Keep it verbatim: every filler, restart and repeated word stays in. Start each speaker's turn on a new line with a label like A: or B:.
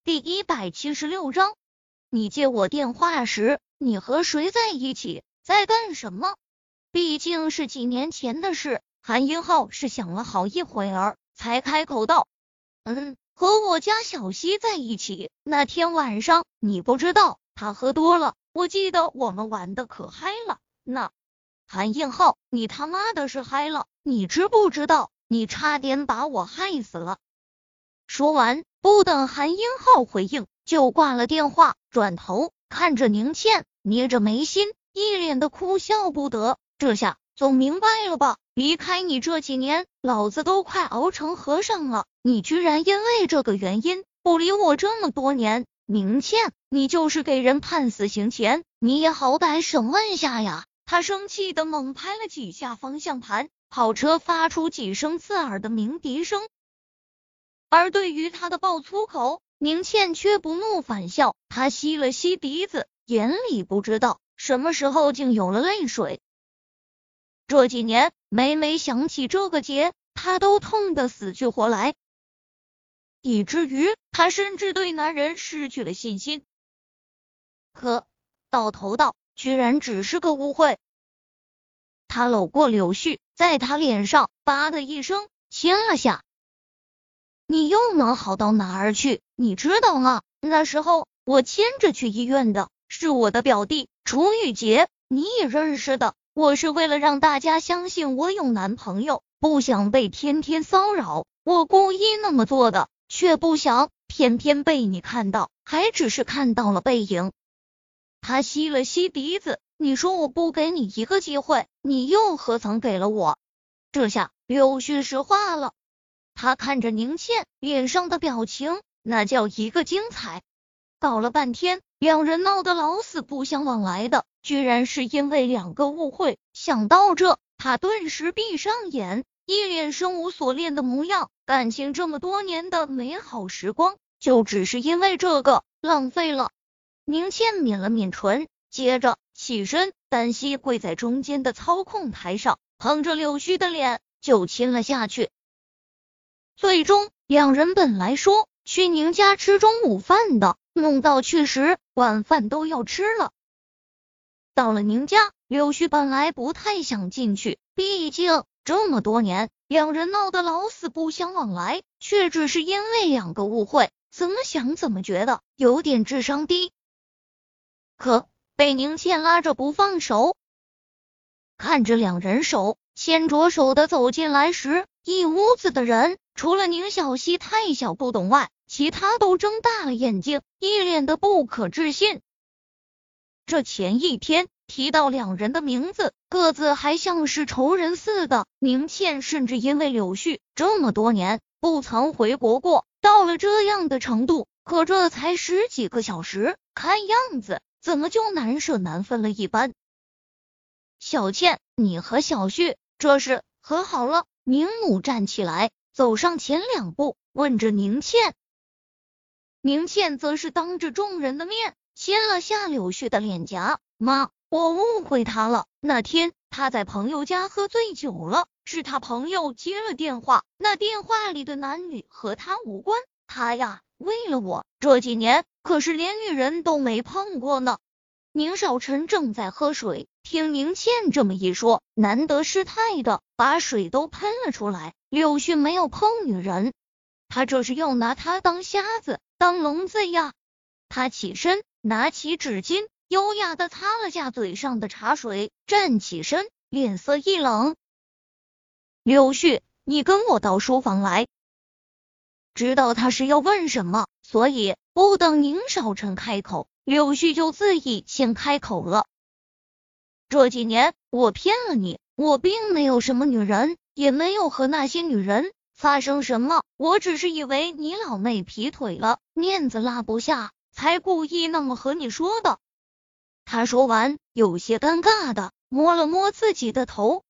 A: 第一百七十六章，你接我电话时，你和谁在一起，在干什么？毕竟是几年前的事，韩英浩是想了好一会儿，才开口道：“嗯，和我家小西在一起。那天晚上你不知道，他喝多了，我记得我们玩的可嗨了。那韩英浩，你他妈的是嗨了，你知不知道？你差点把我害死了。”说完，不等韩英浩回应，就挂了电话，转头看着宁倩，捏着眉心，一脸的哭笑不得。这下总明白了吧？离开你这几年，老子都快熬成和尚了，你居然因为这个原因不理我这么多年。宁倩，你就是给人判死刑前，你也好歹审问下呀。他生气的猛拍了几下方向盘，跑车发出几声刺耳的鸣笛声。而对于他的爆粗口，宁倩却不怒反笑，她吸了吸鼻子，眼里不知道什么时候竟有了泪水。这几年每每想起这个节，她都痛得死去活来，以至于她甚至对男人失去了信心。可到头到居然只是个误会。他搂过柳絮，在他脸上吧的一声亲了下。你又能好到哪儿去？你知道吗？那时候我牵着去医院的是我的表弟楚雨洁，你也认识的。我是为了让大家相信我有男朋友，不想被天天骚扰，我故意那么做的，却不想偏偏被你看到，还只是看到了背影。他吸了吸鼻子，你说我不给你一个机会，你又何曾给了我？这下柳絮石化了。他看着宁倩脸上的表情，那叫一个精彩。搞了半天，两人闹得老死不相往来的，居然是因为两个误会。想到这，他顿时闭上眼，一脸生无所恋的模样。感情这么多年的美好时光，就只是因为这个浪费了。宁倩抿了抿唇，接着起身，单膝跪在中间的操控台上，捧着柳絮的脸就亲了下去。最终，两人本来说去宁家吃中午饭的，弄到去时晚饭都要吃了。到了宁家，柳絮本来不太想进去，毕竟这么多年两人闹得老死不相往来，却只是因为两个误会，怎么想怎么觉得有点智商低。可被宁倩拉着不放手，看着两人手牵着手的走进来时，一屋子的人除了宁小溪太小不懂外，其他都睁大了眼睛，一脸的不可置信。这前一天提到两人的名字，各自还像是仇人似的。宁倩甚至因为柳絮这么多年不曾回国过，到了这样的程度。可这才十几个小时，看样子怎么就难舍难分了一般。小倩，你和小旭这是和好了？宁母站起来，走上前两步，问着宁倩。宁倩则是当着众人的面亲了下柳絮的脸颊。妈，我误会他了，那天他在朋友家喝醉酒了，是他朋友接了电话，那电话里的男女和他无关，他呀为了我这几年可是连女人都没碰过呢。宁少臣正在喝水，听宁倩这么一说，难得失态的把水都喷了出来。柳絮没有碰女人，他这是要拿她当瞎子当聋子呀。他起身拿起纸巾，优雅的擦了下嘴上的茶水，站起身，脸色一冷。柳絮，你跟我到书房来。知道他是要问什么，所以不等宁少臣开口，柳絮就自己先开口了。这几年我骗了你，我并没有什么女人，也没有和那些女人发生什么，我只是以为你老妹劈腿了，面子拉不下，才故意那么和你说的。他说完，有些尴尬的摸了摸自己的头，